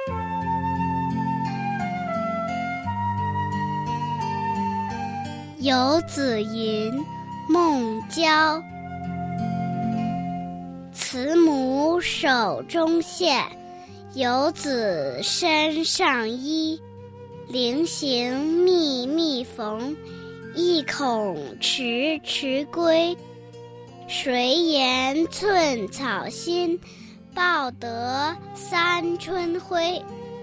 游子吟，孟郊。慈母手中线，游子身上衣。临行密密缝，意恐迟迟归。谁言寸草心，报得三春晖。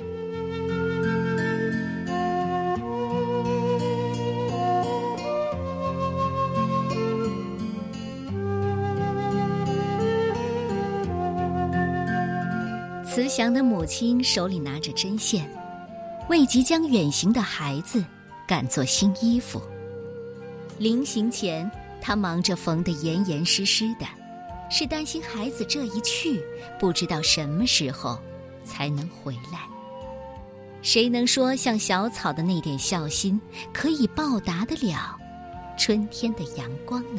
慈祥的母亲手里拿着针线，为即将远行的孩子赶做新衣服。临行前，她忙着缝得严严实实的，是担心孩子这一去，不知道什么时候才能回来。谁能说像小草的那点孝心，可以报答得了春天的阳光呢？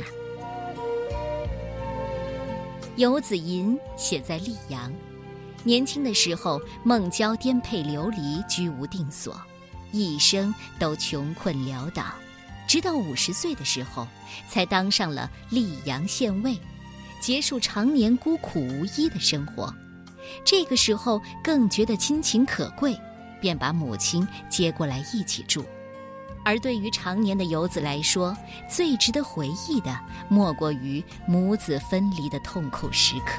游子吟写在溧阳。年轻的时候，孟郊颠沛流离，居无定所，一生都穷困潦倒，直到50岁的时候，才当上了溧阳县尉，结束常年孤苦无依的生活。这个时候更觉得亲情可贵，便把母亲接过来一起住。而对于常年的游子来说，最值得回忆的莫过于母子分离的痛苦时刻。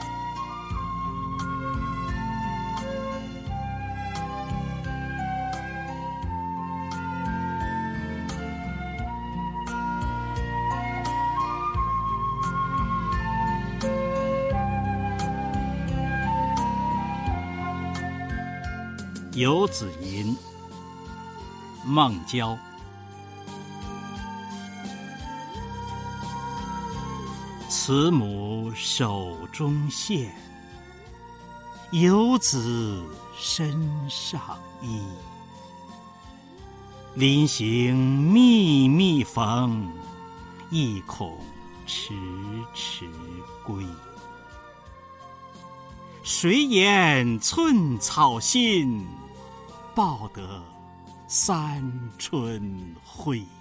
游子吟，孟郊。慈母手中线，游子身上衣。临行密密缝，意恐迟迟归。谁言寸草心，报得三春晖。